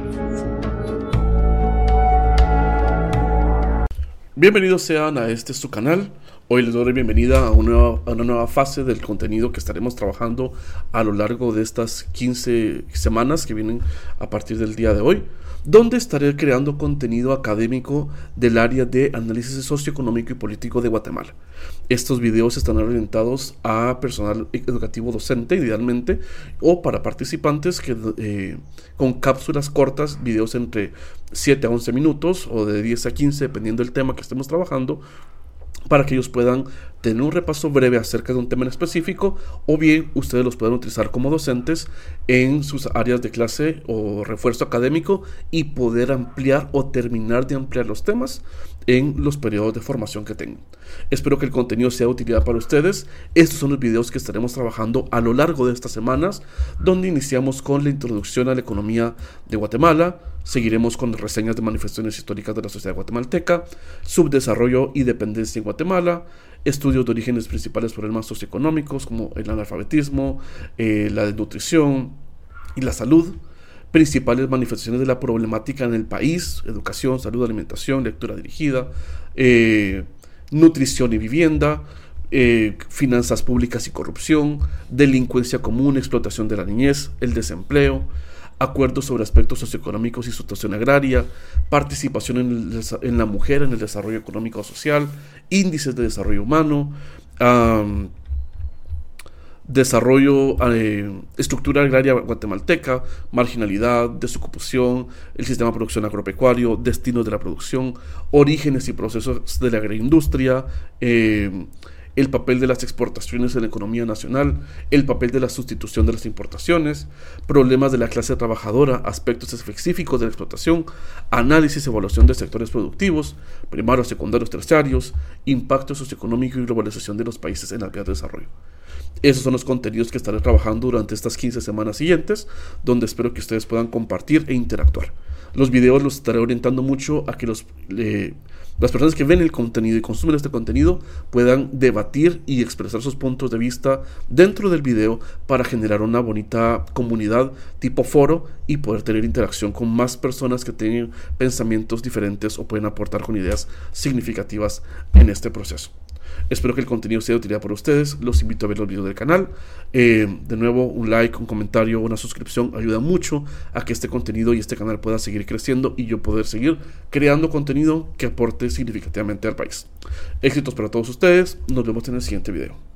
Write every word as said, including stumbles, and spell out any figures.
Bienvenidos sean a este su canal. Hoy les doy la bienvenida a una, a una nueva fase del contenido que estaremos trabajando a lo largo de estas quince semanas que vienen a partir del día de hoy, donde estaré creando contenido académico del área de análisis socioeconómico y político de Guatemala. Estos videos están orientados a personal educativo docente, idealmente, o para participantes que, eh, con cápsulas cortas, videos entre siete a once minutos o de diez a quince, dependiendo del tema que estemos trabajando, para que ellos puedan tener un repaso breve acerca de un tema en específico, o bien ustedes los puedan utilizar como docentes en sus áreas de clase o refuerzo académico y poder ampliar o terminar de ampliar los temas en los periodos de formación que tengan. Espero que el contenido sea de utilidad para ustedes. Estos son los videos que estaremos trabajando a lo largo de estas semanas, donde iniciamos con la introducción a la economía de Guatemala, seguiremos con reseñas de manifestaciones históricas de la sociedad guatemalteca, subdesarrollo y dependencia en Guatemala, estudios de orígenes principales problemas socioeconómicos como el analfabetismo, eh, la desnutrición y la salud, principales manifestaciones de la problemática en el país, educación, salud, alimentación, lectura dirigida, eh, nutrición y vivienda, eh, finanzas públicas y corrupción, delincuencia común, explotación de la niñez, el desempleo, acuerdos sobre aspectos socioeconómicos y situación agraria, participación en, el, en la mujer en el desarrollo económico o social, índices de desarrollo humano, um, desarrollo, eh, estructura agraria guatemalteca, marginalidad, desocupación, el sistema de producción agropecuario, destinos de la producción, orígenes y procesos de la agroindustria, eh, el papel de las exportaciones en la economía nacional, el papel de la sustitución de las importaciones, problemas de la clase trabajadora, aspectos específicos de la explotación, análisis y evaluación de sectores productivos, primarios, secundarios, terciarios, impacto socioeconómico y globalización de los países en las vías de desarrollo. Esos son los contenidos que estaré trabajando durante estas quince semanas siguientes, donde espero que ustedes puedan compartir e interactuar. Los videos los estaré orientando mucho a que los, eh, las personas que ven el contenido y consumen este contenido puedan debatir y expresar sus puntos de vista dentro del video para generar una bonita comunidad tipo foro y poder tener interacción con más personas que tienen pensamientos diferentes o pueden aportar con ideas significativas en este proceso. Espero que el contenido sea de utilidad para ustedes. Los invito a ver los videos del canal. Eh, de nuevo, un like, un comentario, una suscripción ayuda mucho a que este contenido y este canal pueda seguir creciendo y yo poder seguir creando contenido que aporte significativamente al país. Éxitos para todos ustedes. Nos vemos en el siguiente video.